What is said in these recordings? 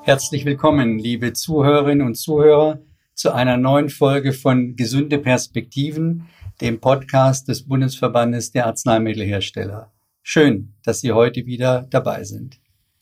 Herzlich willkommen, liebe Zuhörerinnen und Zuhörer, zu einer neuen Folge von Gesunde Perspektiven, dem Podcast des Bundesverbandes der Arzneimittelhersteller. Schön, dass Sie heute wieder dabei sind.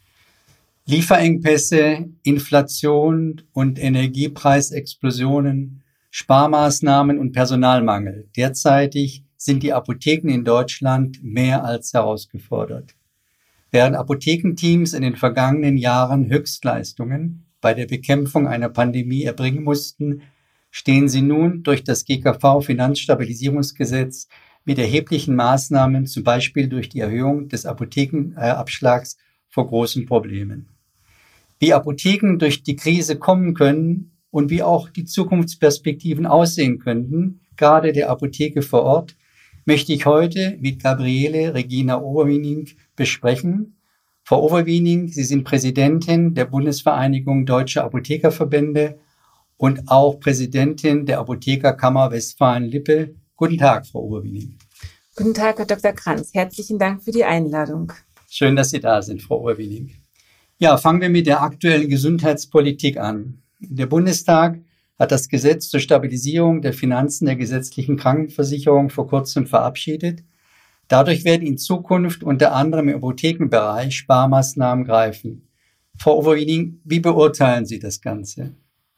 Lieferengpässe, Inflation und Energiepreisexplosionen, Sparmaßnahmen und Personalmangel. Derzeitig sind die Apotheken in Deutschland mehr als herausgefordert. Während Apothekenteams in den vergangenen Jahren Höchstleistungen bei der Bekämpfung einer Pandemie erbringen mussten, stehen sie nun durch das GKV-Finanzstabilisierungsgesetz mit erheblichen Maßnahmen, zum Beispiel durch die Erhöhung des Apothekenabschlags, vor großen Problemen. Wie Apotheken durch die Krise kommen können und wie auch die Zukunftsperspektiven aussehen könnten, gerade der Apotheke vor Ort, möchte ich heute mit Gabriele Regina Overwiening besprechen. Frau Overwiening, Sie sind Präsidentin der Bundesvereinigung Deutscher Apothekerverbände und auch Präsidentin der Apothekerkammer Westfalen-Lippe. Guten Tag, Frau Overwiening. Guten Tag, Herr Dr. Kranz. Herzlichen Dank für die Einladung. Schön, dass Sie da sind, Frau Overwiening. Ja, fangen wir mit der aktuellen Gesundheitspolitik an. Der Bundestag hat das Gesetz zur Stabilisierung der Finanzen der gesetzlichen Krankenversicherung vor kurzem verabschiedet. Dadurch werden in Zukunft unter anderem im Apothekenbereich Sparmaßnahmen greifen. Frau Overwiening, wie beurteilen Sie das Ganze?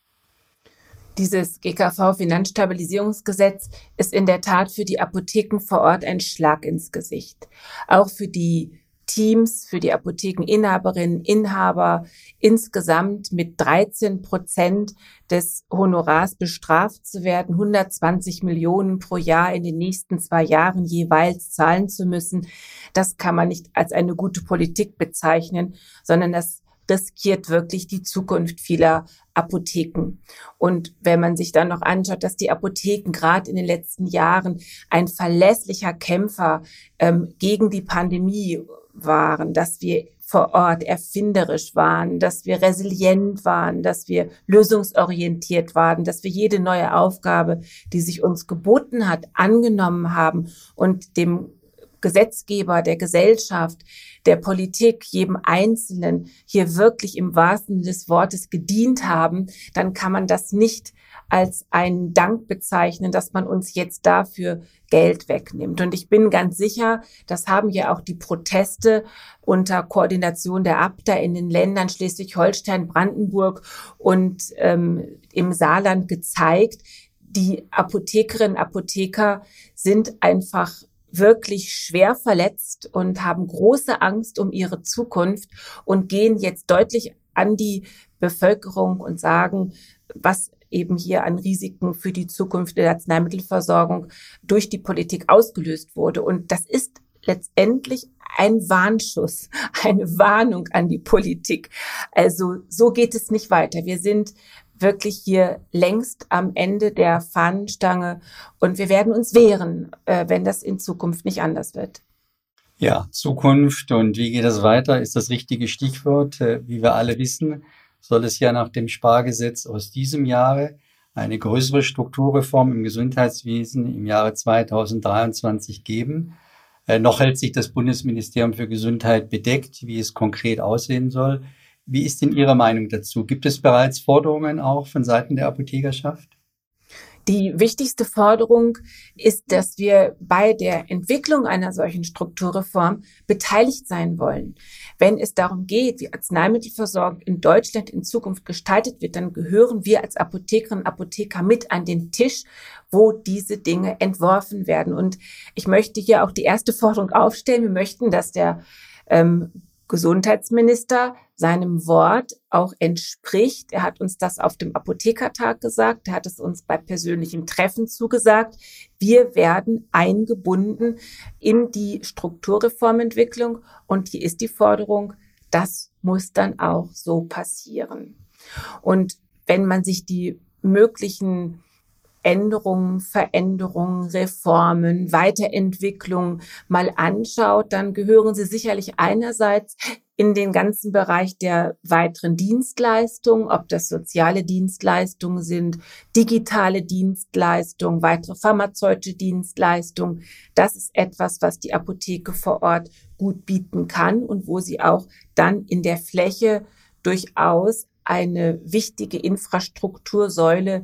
Dieses GKV-Finanzstabilisierungsgesetz ist in der Tat für die Apotheken vor Ort ein Schlag ins Gesicht. Auch für die Teams, für die Apothekeninhaberinnen, Inhaber insgesamt mit 13% des Honorars bestraft zu werden, 120 Millionen pro Jahr in den nächsten 2 Jahren jeweils zahlen zu müssen. Das kann man nicht als eine gute Politik bezeichnen, sondern das riskiert wirklich die Zukunft vieler Apotheken. Und wenn man sich dann noch anschaut, dass die Apotheken gerade in den letzten Jahren ein verlässlicher Kämpfer gegen die Pandemie waren, dass wir vor Ort erfinderisch waren, dass wir resilient waren, dass wir lösungsorientiert waren, dass wir jede neue Aufgabe, die sich uns geboten hat, angenommen haben und dem Gesetzgeber, der Gesellschaft, der Politik, jedem Einzelnen hier wirklich im wahrsten Sinne des Wortes gedient haben, dann kann man das nicht als einen Dank bezeichnen, dass man uns jetzt dafür Geld wegnimmt. Und ich bin ganz sicher, das haben ja auch die Proteste unter Koordination der ABDA in den Ländern Schleswig-Holstein, Brandenburg und im Saarland gezeigt. Die Apothekerinnen und Apotheker sind einfach wirklich schwer verletzt und haben große Angst um ihre Zukunft und gehen jetzt deutlich an die Bevölkerung und sagen, was eben hier an Risiken für die Zukunft der Arzneimittelversorgung durch die Politik ausgelöst wurde. Und das ist letztendlich ein Warnschuss, eine Warnung an die Politik. Also so geht es nicht weiter. Wir sind wirklich hier längst am Ende der Fahnenstange und wir werden uns wehren, wenn das in Zukunft nicht anders wird. Ja, Zukunft und wie geht es weiter, ist das richtige Stichwort. Wie wir alle wissen, soll es ja nach dem Spargesetz aus diesem Jahre eine größere Strukturreform im Gesundheitswesen im Jahre 2023 geben. Noch hält sich das Bundesministerium für Gesundheit bedeckt, wie es konkret aussehen soll. Wie ist denn Ihre Meinung dazu? Gibt es bereits Forderungen auch von Seiten der Apothekerschaft? Die wichtigste Forderung ist, dass wir bei der Entwicklung einer solchen Strukturreform beteiligt sein wollen. Wenn es darum geht, wie Arzneimittelversorgung in Deutschland in Zukunft gestaltet wird, dann gehören wir als Apothekerinnen und Apotheker mit an den Tisch, wo diese Dinge entworfen werden. Und ich möchte hier auch die erste Forderung aufstellen. Wir möchten, dass der Gesundheitsminister seinem Wort auch entspricht. Er hat uns das auf dem Apothekertag gesagt. Er hat es uns bei persönlichem Treffen zugesagt. Wir werden eingebunden in die Strukturreformentwicklung. Und hier ist die Forderung, das muss dann auch so passieren. Und wenn man sich die möglichen Änderungen, Veränderungen, Reformen, Weiterentwicklung mal anschaut, dann gehören sie sicherlich einerseits in den ganzen Bereich der weiteren Dienstleistungen, ob das soziale Dienstleistungen sind, digitale Dienstleistungen, weitere pharmazeutische Dienstleistungen. Das ist etwas, was die Apotheke vor Ort gut bieten kann und wo sie auch dann in der Fläche durchaus eine wichtige Infrastruktursäule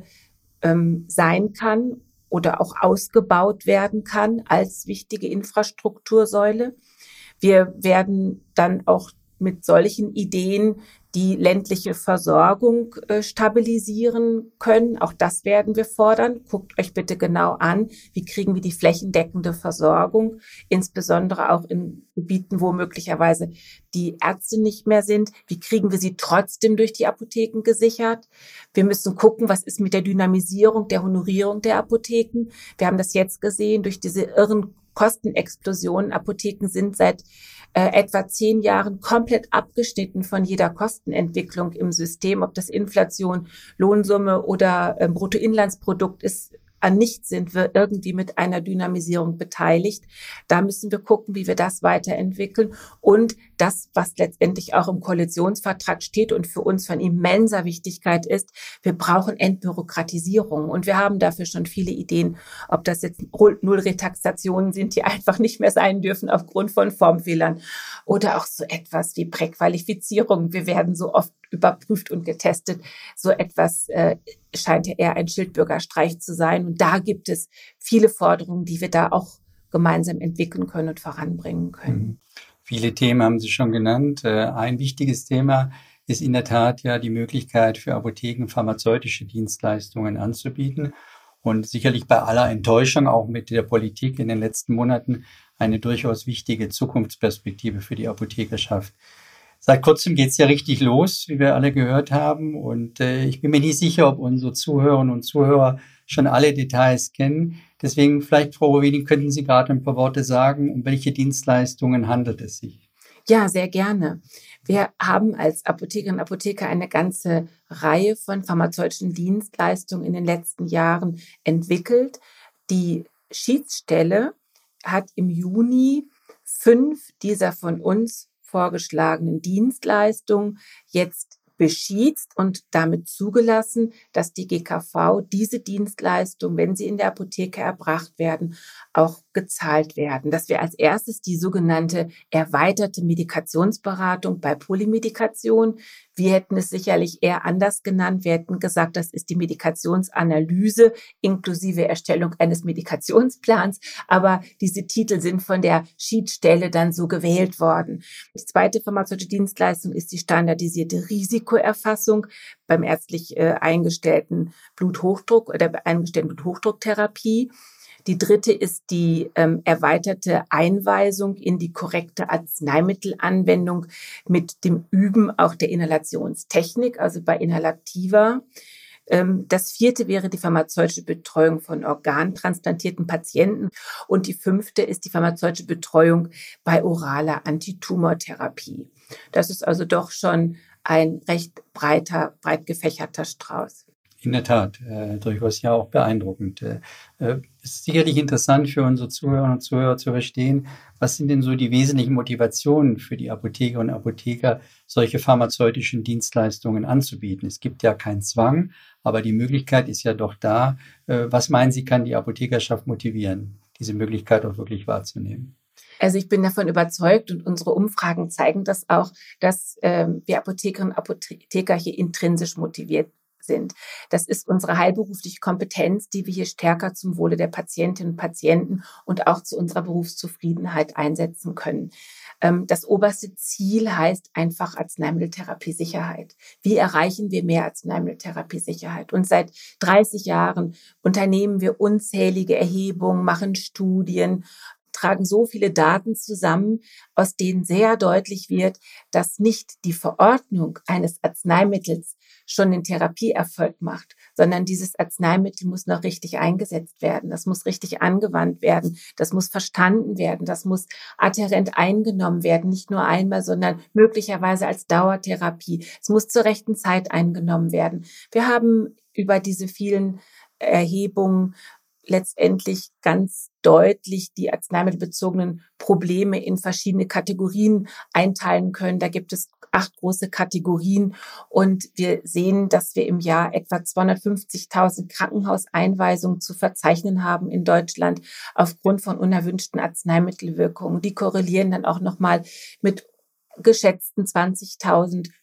sein kann oder auch ausgebaut werden kann als wichtige Infrastruktursäule. Wir werden dann auch mit solchen Ideen die ländliche Versorgung stabilisieren können. Auch das werden wir fordern. Guckt euch bitte genau an, wie kriegen wir die flächendeckende Versorgung, insbesondere auch in Gebieten, wo möglicherweise die Ärzte nicht mehr sind. Wie kriegen wir sie trotzdem durch die Apotheken gesichert? Wir müssen gucken, was ist mit der Dynamisierung, der Honorierung der Apotheken. Wir haben das jetzt gesehen durch diese irren Kostenexplosionen. Apotheken sind seit etwa 10 Jahren komplett abgeschnitten von jeder Kostenentwicklung im System, ob das Inflation, Lohnsumme oder Bruttoinlandsprodukt ist. An nichts sind wir irgendwie mit einer Dynamisierung beteiligt. Da müssen wir gucken, wie wir das weiterentwickeln. Und das, was letztendlich auch im Koalitionsvertrag steht und für uns von immenser Wichtigkeit ist, wir brauchen Entbürokratisierung. Und wir haben dafür schon viele Ideen, ob das jetzt Nullretaxationen sind, die einfach nicht mehr sein dürfen aufgrund von Formfehlern oder auch so etwas wie Präqualifizierung. Wir werden so oft überprüft und getestet. So etwas scheint ja eher ein Schildbürgerstreich zu sein. Und da gibt es viele Forderungen, die wir da auch gemeinsam entwickeln können und voranbringen können. Viele Themen haben Sie schon genannt. Ein wichtiges Thema ist in der Tat ja die Möglichkeit für Apotheken, pharmazeutische Dienstleistungen anzubieten. Und sicherlich bei aller Enttäuschung auch mit der Politik in den letzten Monaten eine durchaus wichtige Zukunftsperspektive für die Apothekerschaft. Seit kurzem geht's ja richtig los, wie wir alle gehört haben. Und ich bin mir nicht sicher, ob unsere Zuhörerinnen und Zuhörer schon alle Details kennen. Deswegen vielleicht, Frau Rohweding, könnten Sie gerade ein paar Worte sagen, um welche Dienstleistungen handelt es sich? Ja, sehr gerne. Wir haben als Apothekerinnen und Apotheker eine ganze Reihe von pharmazeutischen Dienstleistungen in den letzten Jahren entwickelt. Die Schiedsstelle hat im Juni 5 dieser von uns vorgeschlagenen Dienstleistungen jetzt beschießt und damit zugelassen, dass die GKV diese Dienstleistung, wenn sie in der Apotheke erbracht werden, auch gezahlt werden. Dass wir als erstes die sogenannte erweiterte Medikationsberatung bei Polymedikation, wir hätten es sicherlich eher anders genannt, wir hätten gesagt, das ist die Medikationsanalyse inklusive Erstellung eines Medikationsplans, aber diese Titel sind von der Schiedsstelle dann so gewählt worden. Die zweite pharmazeutische Dienstleistung ist die standardisierte Risikoerfassung beim ärztlich eingestellten Bluthochdruck oder bei eingestellten Bluthochdrucktherapie. Die dritte ist die erweiterte Einweisung in die korrekte Arzneimittelanwendung mit dem Üben auch der Inhalationstechnik, also bei Inhalativa. Das vierte wäre die pharmazeutische Betreuung von organtransplantierten Patienten. Und die fünfte ist die pharmazeutische Betreuung bei oraler Antitumortherapie. Das ist also doch schon ein recht breit gefächerter Strauß. In der Tat, durchaus ja auch beeindruckend. Ist sicherlich interessant für unsere Zuhörerinnen und Zuhörer zu verstehen, was sind denn so die wesentlichen Motivationen für die Apothekerinnen und Apotheker, solche pharmazeutischen Dienstleistungen anzubieten. Es gibt ja keinen Zwang, aber die Möglichkeit ist ja doch da. Was meinen Sie, kann die Apothekerschaft motivieren, diese Möglichkeit auch wirklich wahrzunehmen? Also ich bin davon überzeugt und unsere Umfragen zeigen das auch, dass wir Apothekerinnen und Apotheker hier intrinsisch motiviert sind. Das ist unsere heilberufliche Kompetenz, die wir hier stärker zum Wohle der Patientinnen und Patienten und auch zu unserer Berufszufriedenheit einsetzen können. Das oberste Ziel heißt einfach Arzneimitteltherapiesicherheit. Wie erreichen wir mehr Arzneimitteltherapiesicherheit? Und seit 30 Jahren unternehmen wir unzählige Erhebungen, machen Studien, tragen so viele Daten zusammen, aus denen sehr deutlich wird, dass nicht die Verordnung eines Arzneimittels schon den Therapieerfolg macht, sondern dieses Arzneimittel muss noch richtig eingesetzt werden. Das muss richtig angewandt werden. Das muss verstanden werden. Das muss adhärent eingenommen werden. Nicht nur einmal, sondern möglicherweise als Dauertherapie. Es muss zur rechten Zeit eingenommen werden. Wir haben über diese vielen Erhebungen letztendlich ganz deutlich die arzneimittelbezogenen Probleme in verschiedene Kategorien einteilen können. Da gibt es 8 große Kategorien und wir sehen, dass wir im Jahr etwa 250.000 Krankenhauseinweisungen zu verzeichnen haben in Deutschland aufgrund von unerwünschten Arzneimittelwirkungen. Die korrelieren dann auch nochmal mit geschätzten 20.000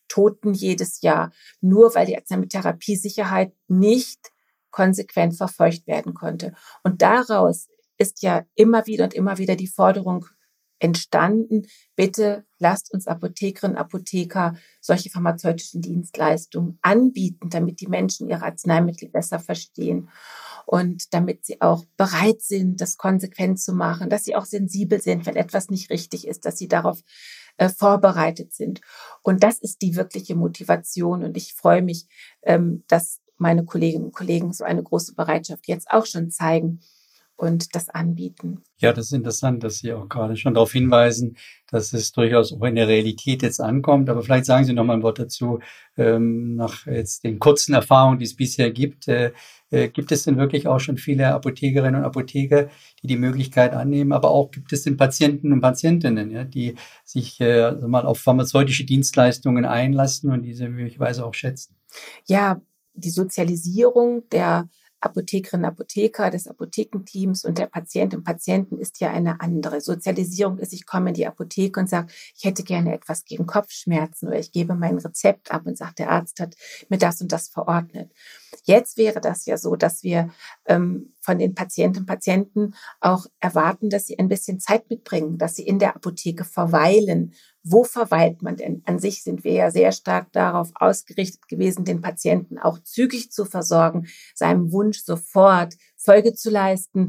Toten jedes Jahr, nur weil die Arzneimitteltherapiesicherheit nicht konsequent verfolgt werden konnte. Und daraus ist ja immer wieder und immer wieder die Forderung entstanden, bitte lasst uns Apothekerinnen und Apotheker solche pharmazeutischen Dienstleistungen anbieten, damit die Menschen ihre Arzneimittel besser verstehen und damit sie auch bereit sind, das konsequent zu machen, dass sie auch sensibel sind, wenn etwas nicht richtig ist, dass sie darauf vorbereitet sind. Und das ist die wirkliche Motivation. Und ich freue mich, dass meine Kolleginnen und Kollegen so eine große Bereitschaft jetzt auch schon zeigen und das anbieten. Ja, das ist interessant, dass Sie auch gerade schon darauf hinweisen, dass es durchaus auch in der Realität jetzt ankommt. Aber vielleicht sagen Sie noch mal ein Wort dazu, nach jetzt den kurzen Erfahrungen, die es bisher gibt. Gibt es denn wirklich auch schon viele Apothekerinnen und Apotheker, die die Möglichkeit annehmen? Aber auch gibt es denn Patienten und Patientinnen, ja, die sich mal auf pharmazeutische Dienstleistungen einlassen und diese möglicherweise auch schätzen? Ja, die Sozialisierung der Apothekerinnen und Apotheker, des Apothekenteams und der Patientinnen und Patienten ist ja eine andere. Sozialisierung ist, ich komme in die Apotheke und sage, ich hätte gerne etwas gegen Kopfschmerzen oder ich gebe mein Rezept ab und sage, der Arzt hat mir das und das verordnet. Jetzt wäre das ja so, dass wir von den Patientinnen und Patienten auch erwarten, dass sie ein bisschen Zeit mitbringen, dass sie in der Apotheke verweilen. Wo verweilt man denn? An sich sind wir ja sehr stark darauf ausgerichtet gewesen, den Patienten auch zügig zu versorgen, seinem Wunsch sofort Folge zu leisten,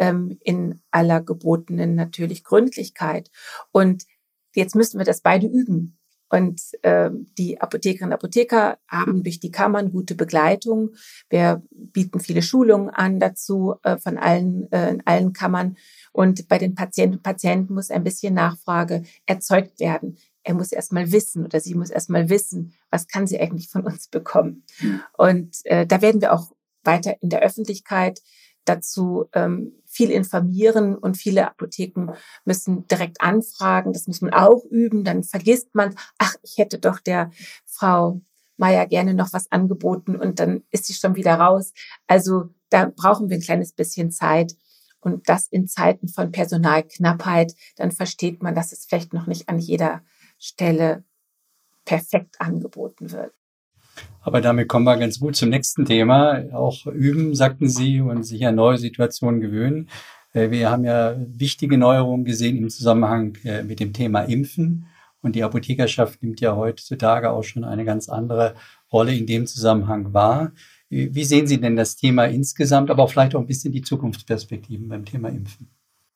in aller gebotenen natürlich Gründlichkeit. Und jetzt müssen wir das beide üben. Und die Apothekerinnen und Apotheker haben durch die Kammern gute Begleitung. Wir bieten viele Schulungen an dazu von allen in allen Kammern. Und bei den Patienten und Patienten muss ein bisschen Nachfrage erzeugt werden. Er muss erst mal wissen oder sie muss erst mal wissen, was kann sie eigentlich von uns bekommen. Und da werden wir auch weiter in der Öffentlichkeit dazu viel informieren und viele Apotheken müssen direkt anfragen. Das muss man auch üben. Dann vergisst man, ach, ich hätte doch der Frau Meier gerne noch was angeboten und dann ist sie schon wieder raus. Also da brauchen wir ein kleines bisschen Zeit. Und das in Zeiten von Personalknappheit, dann versteht man, dass es vielleicht noch nicht an jeder Stelle perfekt angeboten wird. Aber damit kommen wir ganz gut zum nächsten Thema. Auch üben, sagten Sie, und sich an neue Situationen gewöhnen. Wir haben ja wichtige Neuerungen gesehen im Zusammenhang mit dem Thema Impfen. Und die Apothekerschaft nimmt ja heutzutage auch schon eine ganz andere Rolle in dem Zusammenhang wahr. Wie sehen Sie denn das Thema insgesamt, aber auch vielleicht auch ein bisschen die Zukunftsperspektiven beim Thema Impfen?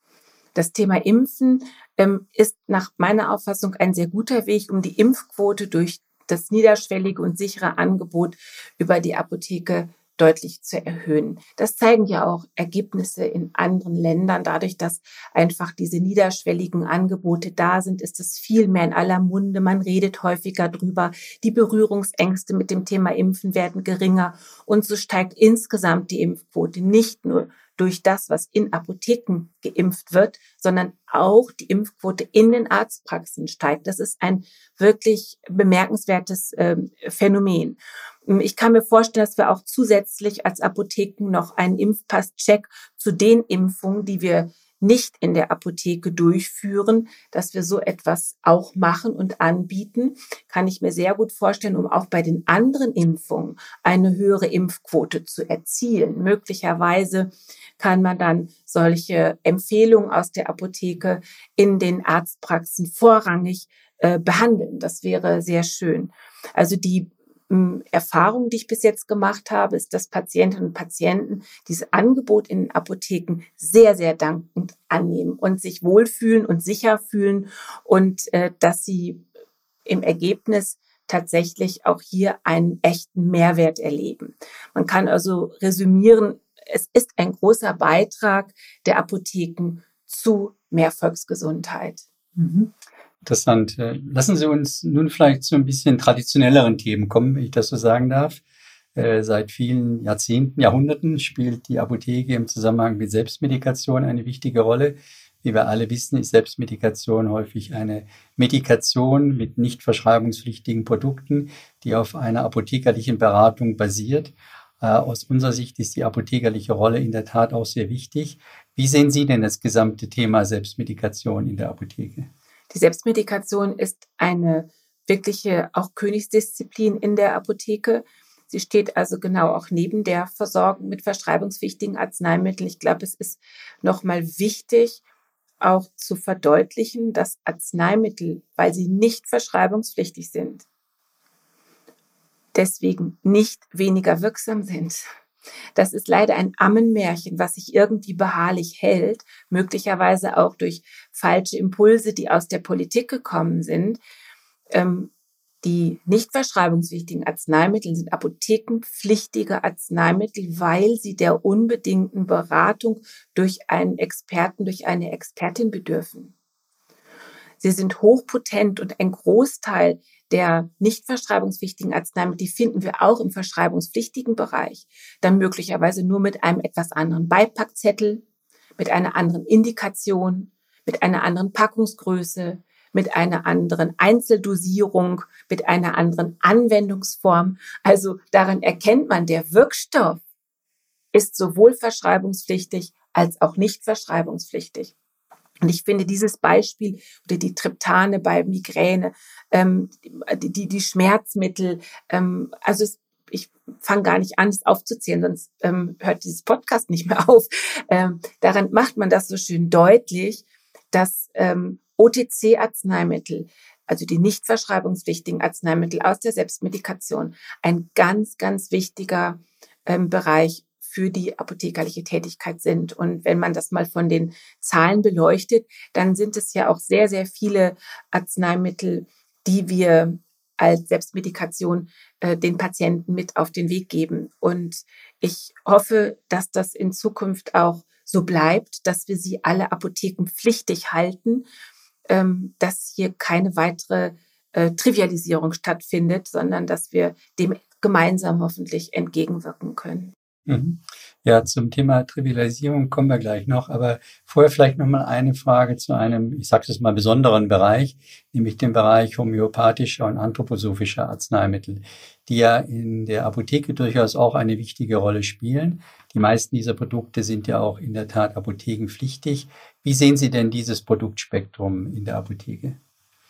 Das Thema Impfen ist nach meiner Auffassung ein sehr guter Weg, um die Impfquote durch das niederschwellige und sichere Angebot über die Apotheke deutlich zu erhöhen. Das zeigen ja auch Ergebnisse in anderen Ländern. Dadurch, dass einfach diese niederschwelligen Angebote da sind, ist es viel mehr in aller Munde. Man redet häufiger drüber. Die Berührungsängste mit dem Thema Impfen werden geringer. Und so steigt insgesamt die Impfquote nicht nur durch das, was in Apotheken geimpft wird, sondern auch die Impfquote in den Arztpraxen steigt. Das ist ein wirklich bemerkenswertes Phänomen. Ich kann mir vorstellen, dass wir auch zusätzlich als Apotheken noch einen Impfpass-Check zu den Impfungen, die wir nicht in der Apotheke durchführen, dass wir so etwas auch machen und anbieten, kann ich mir sehr gut vorstellen, um auch bei den anderen Impfungen eine höhere Impfquote zu erzielen. Möglicherweise kann man dann solche Empfehlungen aus der Apotheke in den Arztpraxen vorrangig behandeln. Das wäre sehr schön. Also die Erfahrung, die ich bis jetzt gemacht habe, ist, dass Patientinnen und Patienten dieses Angebot in den Apotheken sehr, sehr dankend annehmen und sich wohlfühlen und sicher fühlen und dass sie im Ergebnis tatsächlich auch hier einen echten Mehrwert erleben. Man kann also resümieren, es ist ein großer Beitrag der Apotheken zu mehr Volksgesundheit. Mhm. Interessant. Lassen Sie uns nun vielleicht zu ein bisschen traditionelleren Themen kommen, wenn ich das so sagen darf. Seit vielen Jahrzehnten, Jahrhunderten spielt die Apotheke im Zusammenhang mit Selbstmedikation eine wichtige Rolle. Wie wir alle wissen, ist Selbstmedikation häufig eine Medikation mit nicht verschreibungspflichtigen Produkten, die auf einer apothekerlichen Beratung basiert. Aus unserer Sicht ist die apothekerliche Rolle in der Tat auch sehr wichtig. Wie sehen Sie denn das gesamte Thema Selbstmedikation in der Apotheke? Die Selbstmedikation ist eine wirkliche auch Königsdisziplin in der Apotheke. Sie steht also genau auch neben der Versorgung mit verschreibungspflichtigen Arzneimitteln. Ich glaube, es ist nochmal wichtig, auch zu verdeutlichen, dass Arzneimittel, weil sie nicht verschreibungspflichtig sind, deswegen nicht weniger wirksam sind. Das ist leider ein Ammenmärchen, was sich irgendwie beharrlich hält, möglicherweise auch durch falsche Impulse, die aus der Politik gekommen sind. Die nicht verschreibungspflichtigen Arzneimittel sind apothekenpflichtige Arzneimittel, weil sie der unbedingten Beratung durch einen Experten, durch eine Expertin bedürfen. Sie sind hochpotent und ein Großteil der nicht verschreibungspflichtigen Arzneimittel, die finden wir auch im verschreibungspflichtigen Bereich, dann möglicherweise nur mit einem etwas anderen Beipackzettel, mit einer anderen Indikation, mit einer anderen Packungsgröße, mit einer anderen Einzeldosierung, mit einer anderen Anwendungsform. Also daran erkennt man, der Wirkstoff ist sowohl verschreibungspflichtig als auch nicht verschreibungspflichtig. Und ich finde dieses Beispiel oder die Triptane bei Migräne, die Schmerzmittel, ich fange gar nicht an, es aufzuzählen, sonst hört dieses Podcast nicht mehr auf. Daran macht man das so schön deutlich, dass OTC-Arzneimittel, also die nicht verschreibungspflichtigen Arzneimittel aus der Selbstmedikation, ein ganz, ganz wichtiger Bereich für die apothekerliche Tätigkeit sind. Und wenn man das mal von den Zahlen beleuchtet, dann sind es ja auch sehr, sehr viele Arzneimittel, die wir als Selbstmedikation den Patienten mit auf den Weg geben. Und ich hoffe, dass das in Zukunft auch so bleibt, dass wir sie alle apothekenpflichtig halten, dass hier keine weitere Trivialisierung stattfindet, sondern dass wir dem gemeinsam hoffentlich entgegenwirken können. Ja, zum Thema Trivialisierung kommen wir gleich noch, aber vorher vielleicht noch mal eine Frage zu einem, ich sage es mal, besonderen Bereich, nämlich dem Bereich homöopathischer und anthroposophischer Arzneimittel, die ja in der Apotheke durchaus auch eine wichtige Rolle spielen. Die meisten dieser Produkte sind ja auch in der Tat apothekenpflichtig. Wie sehen Sie denn dieses Produktspektrum in der Apotheke?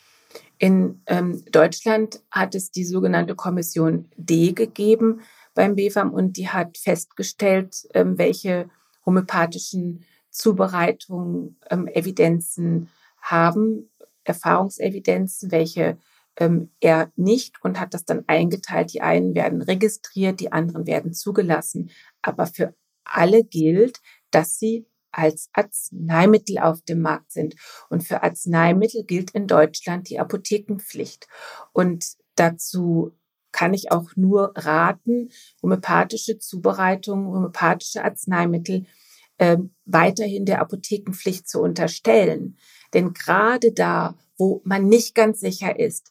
In Deutschland hat es die sogenannte Kommission D gegeben beim BfArM und die hat festgestellt, welche homöopathischen Zubereitungen Evidenzen haben, Erfahrungsevidenzen, welche er nicht, und hat das dann eingeteilt. Die einen werden registriert, die anderen werden zugelassen. Aber für alle gilt, dass sie als Arzneimittel auf dem Markt sind. Und für Arzneimittel gilt in Deutschland die Apothekenpflicht. Und dazu kann ich auch nur raten, homöopathische Zubereitungen, homöopathische Arzneimittel weiterhin der Apothekenpflicht zu unterstellen. Denn gerade da, wo man nicht ganz sicher ist,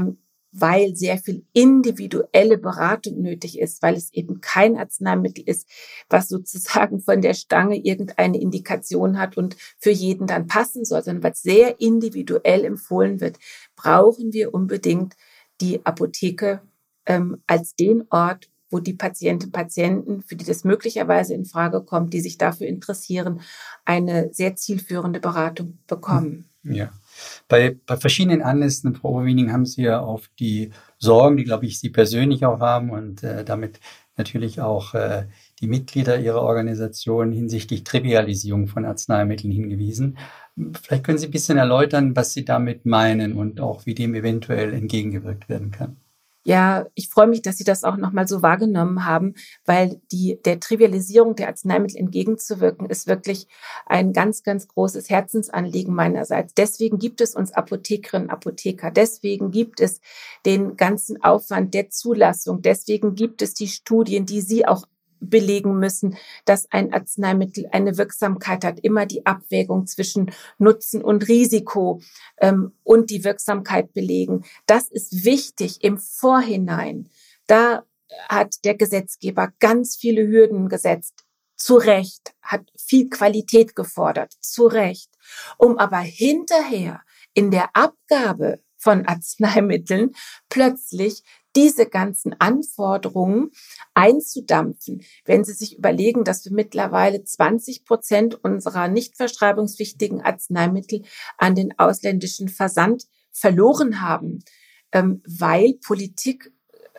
weil sehr viel individuelle Beratung nötig ist, weil es eben kein Arzneimittel ist, was sozusagen von der Stange irgendeine Indikation hat und für jeden dann passen soll, sondern was sehr individuell empfohlen wird, brauchen wir unbedingt die Apotheke als den Ort, wo die Patientinnen und Patienten, für die das möglicherweise in Frage kommt, die sich dafür interessieren, eine sehr zielführende Beratung bekommen. Ja. Bei verschiedenen Anlässen, Frau Oberwiening, haben Sie ja auf die Sorgen, die, glaube ich, Sie persönlich auch haben und damit natürlich auch die Mitglieder Ihrer Organisation hinsichtlich Trivialisierung von Arzneimitteln hingewiesen. Vielleicht können Sie ein bisschen erläutern, was Sie damit meinen und auch wie dem eventuell entgegengewirkt werden kann. Ja, ich freue mich, dass Sie das auch nochmal so wahrgenommen haben, weil der Trivialisierung der Arzneimittel entgegenzuwirken, ist wirklich ein ganz, ganz großes Herzensanliegen meinerseits. Deswegen gibt es uns Apothekerinnen und Apotheker. Deswegen gibt es den ganzen Aufwand der Zulassung. Deswegen gibt es die Studien, die Sie auch belegen müssen, dass ein Arzneimittel eine Wirksamkeit hat, immer die Abwägung zwischen Nutzen und Risiko und die Wirksamkeit belegen. Das ist wichtig im Vorhinein. Da hat der Gesetzgeber ganz viele Hürden gesetzt, zu Recht, hat viel Qualität gefordert, zu Recht, um aber hinterher in der Abgabe von Arzneimitteln plötzlich diese ganzen Anforderungen einzudampfen. Wenn Sie sich überlegen, dass wir mittlerweile 20% unserer nicht verschreibungspflichtigen Arzneimittel an den ausländischen Versand verloren haben, weil Politik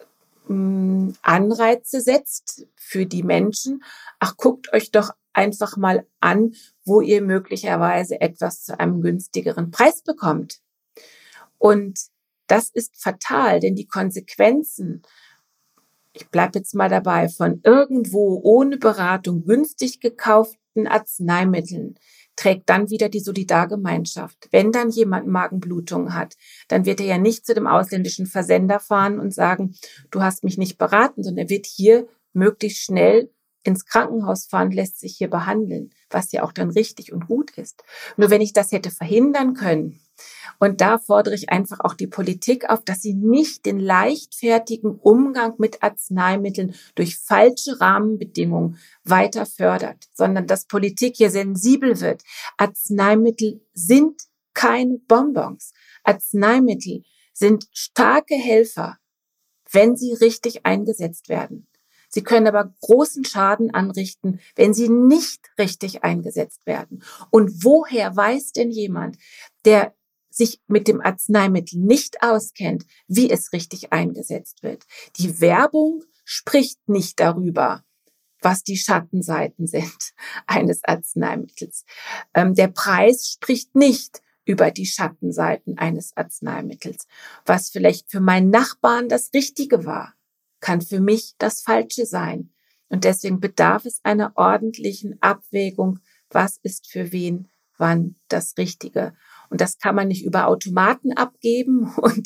Anreize setzt für die Menschen. Ach, guckt euch doch einfach mal an, wo ihr möglicherweise etwas zu einem günstigeren Preis bekommt. Und das ist fatal, denn die Konsequenzen, ich bleibe jetzt mal dabei, von irgendwo ohne Beratung günstig gekauften Arzneimitteln trägt dann wieder die Solidargemeinschaft. Wenn dann jemand Magenblutungen hat, dann wird er ja nicht zu dem ausländischen Versender fahren und sagen, du hast mich nicht beraten, sondern er wird hier möglichst schnell ins Krankenhaus fahren, lässt sich hier behandeln, was ja auch dann richtig und gut ist. Nur wenn ich das hätte verhindern können, und da fordere ich einfach auch die Politik auf, dass sie nicht den leichtfertigen Umgang mit Arzneimitteln durch falsche Rahmenbedingungen weiter fördert, sondern dass Politik hier sensibel wird. Arzneimittel sind keine Bonbons. Arzneimittel sind starke Helfer, wenn sie richtig eingesetzt werden. Sie können aber großen Schaden anrichten, wenn sie nicht richtig eingesetzt werden. Und woher weiß denn jemand, der sich mit dem Arzneimittel nicht auskennt, wie es richtig eingesetzt wird? Die Werbung spricht nicht darüber, was die Schattenseiten sind eines Arzneimittels. Der Preis spricht nicht über die Schattenseiten eines Arzneimittels. Was vielleicht für meinen Nachbarn das Richtige war, kann für mich das Falsche sein. Und deswegen bedarf es einer ordentlichen Abwägung, was ist für wen, wann das Richtige. Und das kann man nicht über Automaten abgeben und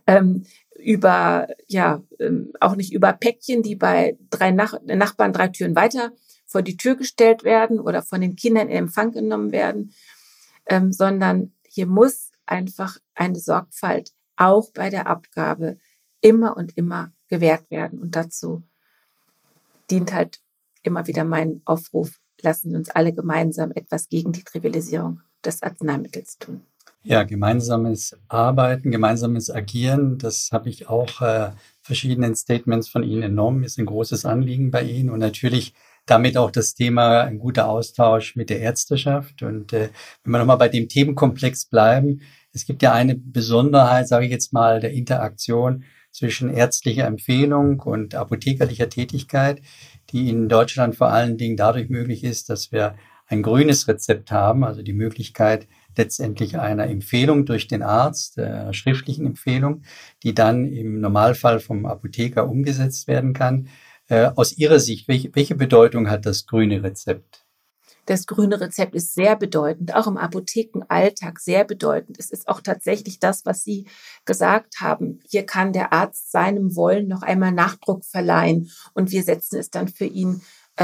auch nicht über Päckchen, die bei Nachbarn 3 Türen weiter vor die Tür gestellt werden oder von den Kindern in Empfang genommen werden, sondern hier muss einfach eine Sorgfalt auch bei der Abgabe immer und immer gewährt werden. Und dazu dient halt immer wieder mein Aufruf, lassen wir uns alle gemeinsam etwas gegen die Trivialisierung des Arzneimittels tun. Ja, gemeinsames Arbeiten, gemeinsames Agieren, das habe ich auch verschiedenen Statements von Ihnen entnommen, ist ein großes Anliegen bei Ihnen und natürlich damit auch das Thema ein guter Austausch mit der Ärzteschaft. Und wenn wir nochmal bei dem Themenkomplex bleiben, es gibt ja eine Besonderheit, sage ich jetzt mal, der Interaktion zwischen ärztlicher Empfehlung und apothekerlicher Tätigkeit, die in Deutschland vor allen Dingen dadurch möglich ist, dass wir ein grünes Rezept haben, also die Möglichkeit letztendlich einer Empfehlung durch den Arzt, einer schriftlichen Empfehlung, die dann im Normalfall vom Apotheker umgesetzt werden kann. Aus Ihrer Sicht, welche Bedeutung hat das grüne Rezept? Das grüne Rezept ist sehr bedeutend, auch im Apothekenalltag sehr bedeutend. Es ist auch tatsächlich das, was Sie gesagt haben. Hier kann der Arzt seinem Wollen noch einmal Nachdruck verleihen und wir setzen es dann für ihn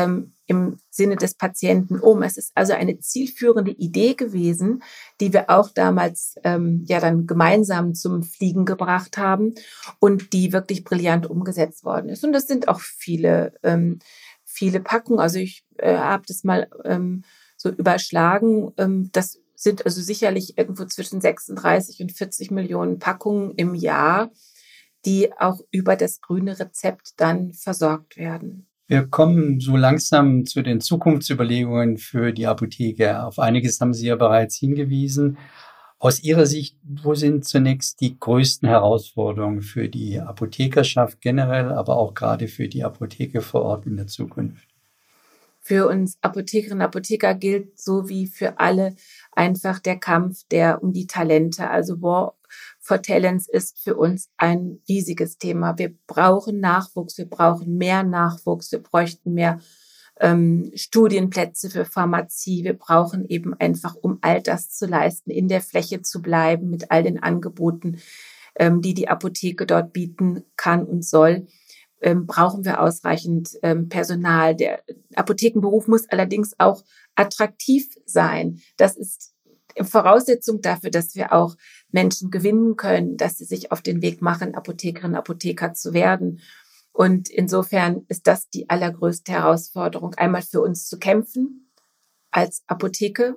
im Sinne des Patienten um. Es ist also eine zielführende Idee gewesen, die wir auch damals dann gemeinsam zum Fliegen gebracht haben und die wirklich brillant umgesetzt worden ist. Und das sind auch viele Packungen. Also ich habe das mal so überschlagen. Das sind also sicherlich irgendwo zwischen 36 und 40 Millionen Packungen im Jahr, die auch über das grüne Rezept dann versorgt werden. Wir kommen so langsam zu den Zukunftsüberlegungen für die Apotheke. Auf einiges haben Sie ja bereits hingewiesen. Aus Ihrer Sicht, wo sind zunächst die größten Herausforderungen für die Apothekerschaft generell, aber auch gerade für die Apotheke vor Ort in der Zukunft? Für uns Apothekerinnen und Apotheker gilt so wie für alle einfach der Kampf um die Talente. Also War for Talents ist für uns ein riesiges Thema. Wir brauchen Nachwuchs, wir brauchen mehr Nachwuchs, wir bräuchten mehr Studienplätze für Pharmazie. Wir brauchen eben einfach, um all das zu leisten, in der Fläche zu bleiben mit all den Angeboten, die Apotheke dort bieten kann und soll. Brauchen wir ausreichend Personal. Der Apothekenberuf muss allerdings auch attraktiv sein. Das ist Voraussetzung dafür, dass wir auch Menschen gewinnen können, dass sie sich auf den Weg machen, Apothekerinnen und Apotheker zu werden. Und insofern ist das die allergrößte Herausforderung, einmal für uns zu kämpfen als Apotheke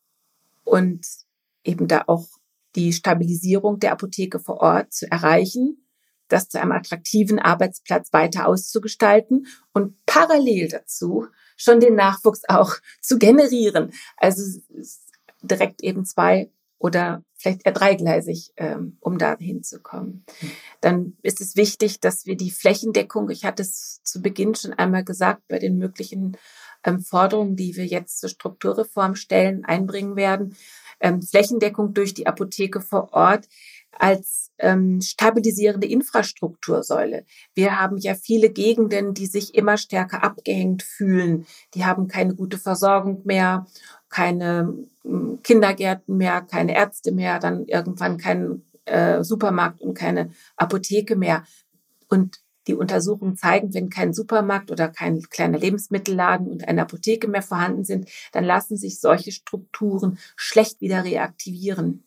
und eben da auch die Stabilisierung der Apotheke vor Ort zu erreichen, das zu einem attraktiven Arbeitsplatz weiter auszugestalten und parallel dazu schon den Nachwuchs auch zu generieren. Also direkt eben 2 oder vielleicht eher dreigleisig, um da hinzukommen. Dann ist es wichtig, dass wir die Flächendeckung, ich hatte es zu Beginn schon einmal gesagt, bei den möglichen Forderungen, die wir jetzt zur Strukturreform stellen, einbringen werden, Flächendeckung durch die Apotheke vor Ort als stabilisierende Infrastruktursäule. Wir haben ja viele Gegenden, die sich immer stärker abgehängt fühlen. Die haben keine gute Versorgung mehr, keine Kindergärten mehr, keine Ärzte mehr, dann irgendwann keinen Supermarkt und keine Apotheke mehr. Und die Untersuchungen zeigen, wenn kein Supermarkt oder kein kleiner Lebensmittelladen und eine Apotheke mehr vorhanden sind, dann lassen sich solche Strukturen schlecht wieder reaktivieren.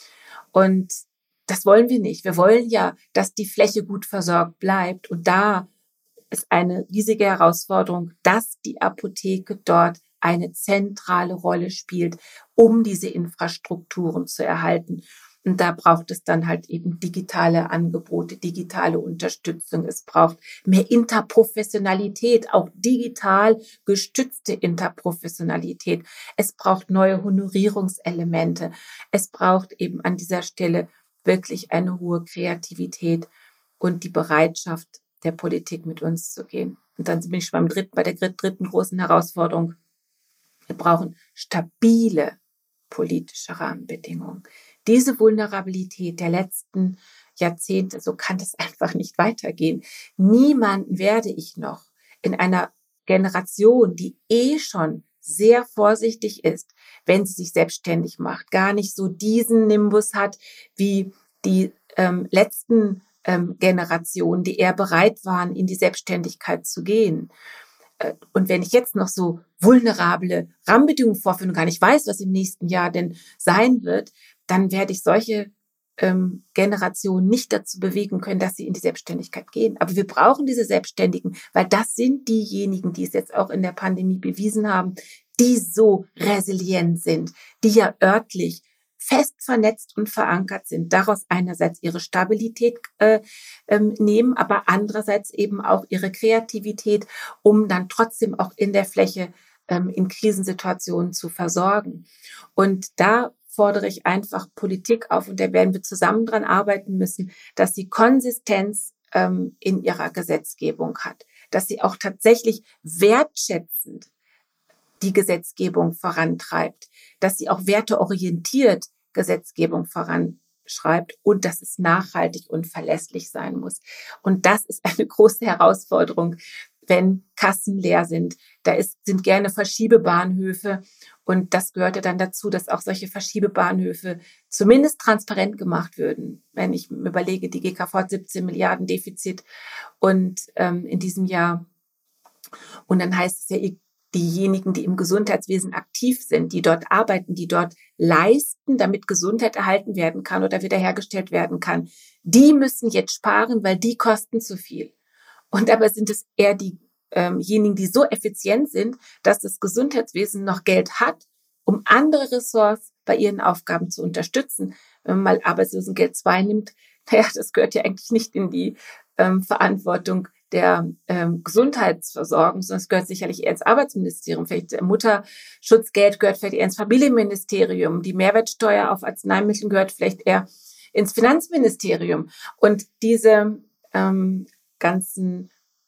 Und das wollen wir nicht. Wir wollen ja, dass die Fläche gut versorgt bleibt. Und da ist eine riesige Herausforderung, dass die Apotheke dort eine zentrale Rolle spielt, um diese Infrastrukturen zu erhalten. Und da braucht es dann halt eben digitale Angebote, digitale Unterstützung. Es braucht mehr Interprofessionalität, auch digital gestützte Interprofessionalität. Es braucht neue Honorierungselemente. Es braucht eben an dieser Stelle wirklich eine hohe Kreativität und die Bereitschaft der Politik, mit uns zu gehen. Und dann bin ich schon bei der dritten großen Herausforderung. Wir brauchen stabile politische Rahmenbedingungen. Diese Vulnerabilität der letzten Jahrzehnte, so kann es einfach nicht weitergehen. Niemanden werde ich noch in einer Generation, die schon sehr vorsichtig ist, wenn sie sich selbstständig macht, gar nicht so diesen Nimbus hat wie die letzten Generationen, die eher bereit waren, in die Selbstständigkeit zu gehen. Und wenn ich jetzt noch so vulnerable Rahmenbedingungen vorführe und gar nicht weiß, was im nächsten Jahr denn sein wird, dann werde ich solche Generationen nicht dazu bewegen können, dass sie in die Selbstständigkeit gehen. Aber wir brauchen diese Selbstständigen, weil das sind diejenigen, die es jetzt auch in der Pandemie bewiesen haben, die so resilient sind, die ja örtlich fest vernetzt und verankert sind, daraus einerseits ihre Stabilität nehmen, aber andererseits eben auch ihre Kreativität, um dann trotzdem auch in der Fläche in Krisensituationen zu versorgen. Und da fordere ich einfach Politik auf, und da werden wir zusammen dran arbeiten müssen, dass sie Konsistenz in ihrer Gesetzgebung hat, dass sie auch tatsächlich wertschätzend die Gesetzgebung vorantreibt, dass sie auch werteorientiert Gesetzgebung voranschreibt und dass es nachhaltig und verlässlich sein muss. Und das ist eine große Herausforderung, wenn Kassen leer sind. Sind gerne Verschiebebahnhöfe, und das gehörte dann dazu, dass auch solche Verschiebebahnhöfe zumindest transparent gemacht würden. Wenn ich mir überlege, die GKV hat 17 Milliarden Defizit und in diesem Jahr. Und dann heißt es ja, diejenigen, die im Gesundheitswesen aktiv sind, die dort arbeiten, die dort leisten, damit Gesundheit erhalten werden kann oder wiederhergestellt werden kann, die müssen jetzt sparen, weil die kosten zu viel. Und dabei sind es eher diejenigen, die so effizient sind, dass das Gesundheitswesen noch Geld hat, um andere Ressorts bei ihren Aufgaben zu unterstützen. Wenn man mal Arbeitslosengeld 2 nimmt, das gehört ja eigentlich nicht in die Verantwortung der Gesundheitsversorgung, sondern es gehört sicherlich eher ins Arbeitsministerium. Vielleicht Mutterschutzgeld gehört vielleicht eher ins Familienministerium. Die Mehrwertsteuer auf Arzneimittel gehört vielleicht eher ins Finanzministerium. Und diese ganzen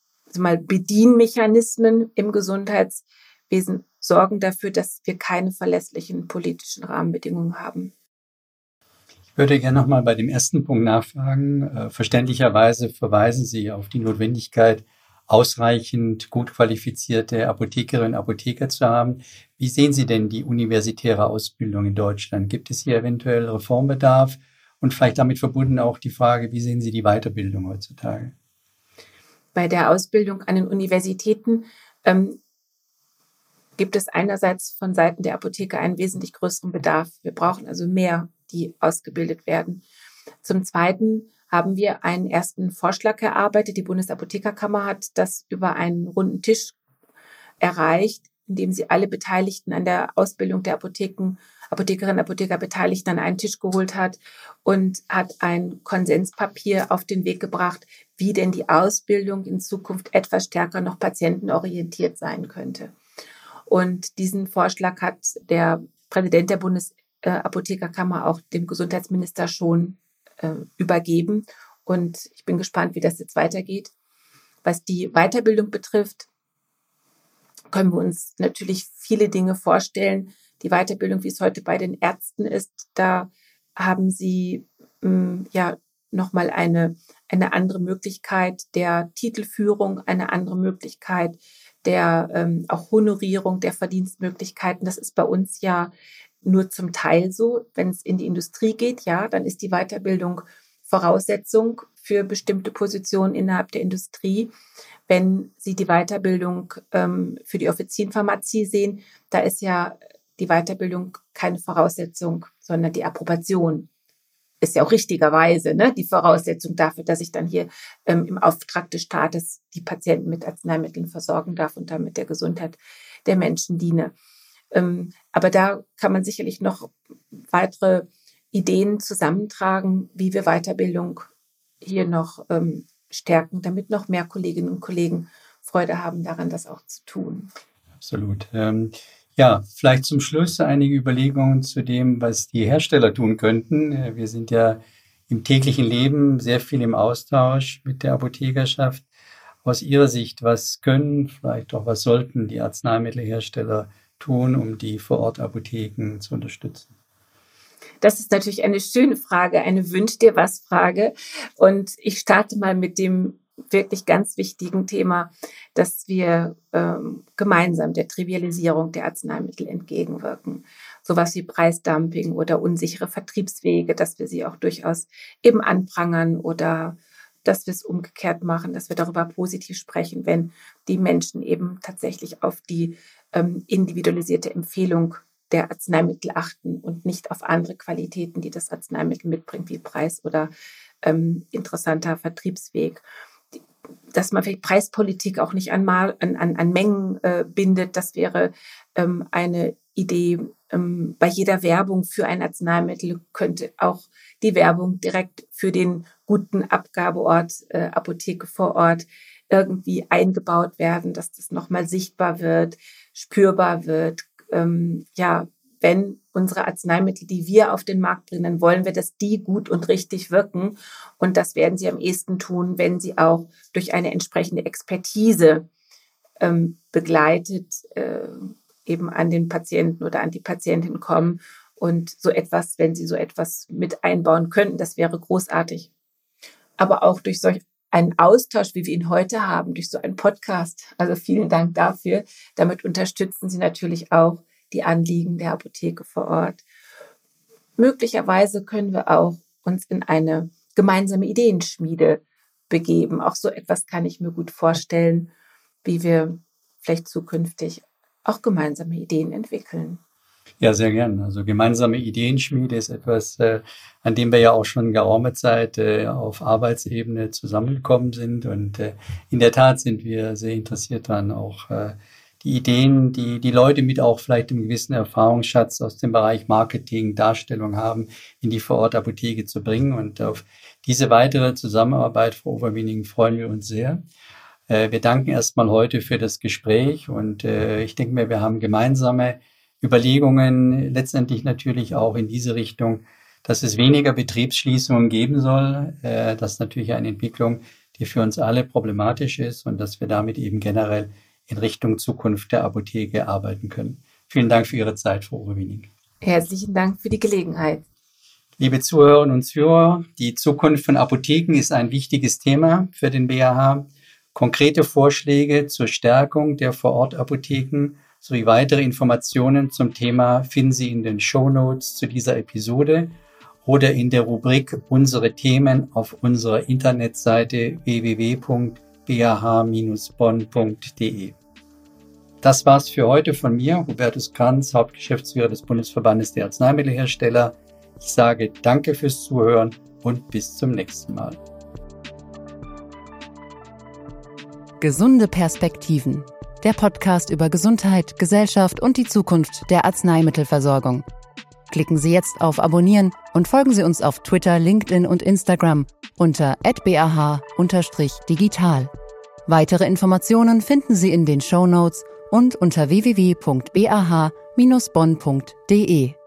Bedienmechanismen im Gesundheitswesen sorgen dafür, dass wir keine verlässlichen politischen Rahmenbedingungen haben. Ich würde gerne nochmal bei dem ersten Punkt nachfragen. Verständlicherweise verweisen Sie auf die Notwendigkeit, ausreichend gut qualifizierte Apothekerinnen und Apotheker zu haben. Wie sehen Sie denn die universitäre Ausbildung in Deutschland? Gibt es hier eventuell Reformbedarf? Und vielleicht damit verbunden auch die Frage, wie sehen Sie die Weiterbildung heutzutage? Bei der Ausbildung an den Universitäten gibt es einerseits von Seiten der Apotheker einen wesentlich größeren Bedarf. Wir brauchen also mehr, die ausgebildet werden. Zum Zweiten haben wir einen ersten Vorschlag erarbeitet. Die Bundesapothekerkammer hat das über einen runden Tisch erreicht, in dem sie alle Beteiligten an der Ausbildung der Apothekerinnen und Apotheker Beteiligten an einen Tisch geholt hat und hat ein Konsenspapier auf den Weg gebracht, wie denn die Ausbildung in Zukunft etwas stärker noch patientenorientiert sein könnte. Und diesen Vorschlag hat der Präsident der Apothekerkammer auch dem Gesundheitsminister schon übergeben. Und ich bin gespannt, wie das jetzt weitergeht. Was die Weiterbildung betrifft, können wir uns natürlich viele Dinge vorstellen. Die Weiterbildung, wie es heute bei den Ärzten ist, da haben sie nochmal eine andere Möglichkeit der Titelführung, eine andere Möglichkeit der auch Honorierung der Verdienstmöglichkeiten. Das ist bei uns ja nur zum Teil so. Wenn es in die Industrie geht, ja, dann ist die Weiterbildung Voraussetzung für bestimmte Positionen innerhalb der Industrie. Wenn Sie die Weiterbildung für die Offizierenpharmazie sehen, da ist ja die Weiterbildung keine Voraussetzung, sondern die Approbation ist ja auch richtigerweise die Voraussetzung dafür, dass ich dann hier im Auftrag des Staates die Patienten mit Arzneimitteln versorgen darf und damit der Gesundheit der Menschen diene. Aber da kann man sicherlich noch weitere Ideen zusammentragen, wie wir Weiterbildung hier noch stärken, damit noch mehr Kolleginnen und Kollegen Freude haben daran, das auch zu tun. Absolut. Ja, vielleicht zum Schluss einige Überlegungen zu dem, was die Hersteller tun könnten. Wir sind ja im täglichen Leben sehr viel im Austausch mit der Apothekerschaft. Aus Ihrer Sicht, was können, vielleicht auch was sollten die Arzneimittelhersteller tun, um die Vorortapotheken zu unterstützen? Das ist natürlich eine schöne Frage, eine Wünsch-dir-was-Frage. Und ich starte mal mit dem wirklich ganz wichtigen Thema, dass wir gemeinsam der Trivialisierung der Arzneimittel entgegenwirken. Sowas wie Preisdumping oder unsichere Vertriebswege, dass wir sie auch durchaus eben anprangern oder dass wir es umgekehrt machen, dass wir darüber positiv sprechen, wenn die Menschen eben tatsächlich auf die individualisierte Empfehlung der Arzneimittel achten und nicht auf andere Qualitäten, die das Arzneimittel mitbringt, wie Preis oder interessanter Vertriebsweg. Dass man vielleicht Preispolitik auch nicht an Mengen bindet, das wäre eine Idee. Bei jeder Werbung für ein Arzneimittel könnte auch die Werbung direkt für den guten Abgabeort, Apotheke vor Ort, irgendwie eingebaut werden, dass das nochmal sichtbar wird, spürbar wird. Wenn unsere Arzneimittel, die wir auf den Markt bringen, wollen wir, dass die gut und richtig wirken. Und das werden sie am ehesten tun, wenn sie auch durch eine entsprechende Expertise begleitet eben an den Patienten oder an die Patientin kommen. Und so etwas, wenn sie so etwas mit einbauen könnten, das wäre großartig. Aber auch durch solch einen Austausch, wie wir ihn heute haben, durch so einen Podcast. Also vielen Dank dafür. Damit unterstützen Sie natürlich auch die Anliegen der Apotheke vor Ort. Möglicherweise können wir auch uns in eine gemeinsame Ideenschmiede begeben. Auch so etwas kann ich mir gut vorstellen, wie wir vielleicht zukünftig auch gemeinsame Ideen entwickeln. Ja, sehr gern. Also gemeinsame Ideenschmiede ist etwas, an dem wir ja auch schon geraume Zeit auf Arbeitsebene zusammengekommen sind. Und in der Tat sind wir sehr interessiert daran, auch die Ideen, die die Leute mit auch vielleicht einem gewissen Erfahrungsschatz aus dem Bereich Marketing, Darstellung haben, in die Vorortapotheke zu bringen. Und auf diese weitere Zusammenarbeit, Frau Overwiening, freuen wir uns sehr. Wir danken erstmal heute für das Gespräch und ich denke mir, wir haben gemeinsame Überlegungen, letztendlich natürlich auch in diese Richtung, dass es weniger Betriebsschließungen geben soll. Das ist natürlich eine Entwicklung, die für uns alle problematisch ist und dass wir damit eben generell in Richtung Zukunft der Apotheke arbeiten können. Vielen Dank für Ihre Zeit, Frau Overwiening. Herzlichen Dank für die Gelegenheit. Liebe Zuhörerinnen und Zuhörer, die Zukunft von Apotheken ist ein wichtiges Thema für den BAH. Konkrete Vorschläge zur Stärkung der Vorortapotheken sowie weitere Informationen zum Thema finden Sie in den Shownotes zu dieser Episode oder in der Rubrik Unsere Themen auf unserer Internetseite www.bah-bonn.de. Das war's für heute von mir, Hubertus Kranz, Hauptgeschäftsführer des Bundesverbandes der Arzneimittelhersteller. Ich sage danke fürs Zuhören und bis zum nächsten Mal. Gesunde Perspektiven. Der Podcast über Gesundheit, Gesellschaft und die Zukunft der Arzneimittelversorgung. Klicken Sie jetzt auf Abonnieren und folgen Sie uns auf Twitter, LinkedIn und Instagram unter @bah_digital. Weitere Informationen finden Sie in den Shownotes und unter www.bah-bonn.de.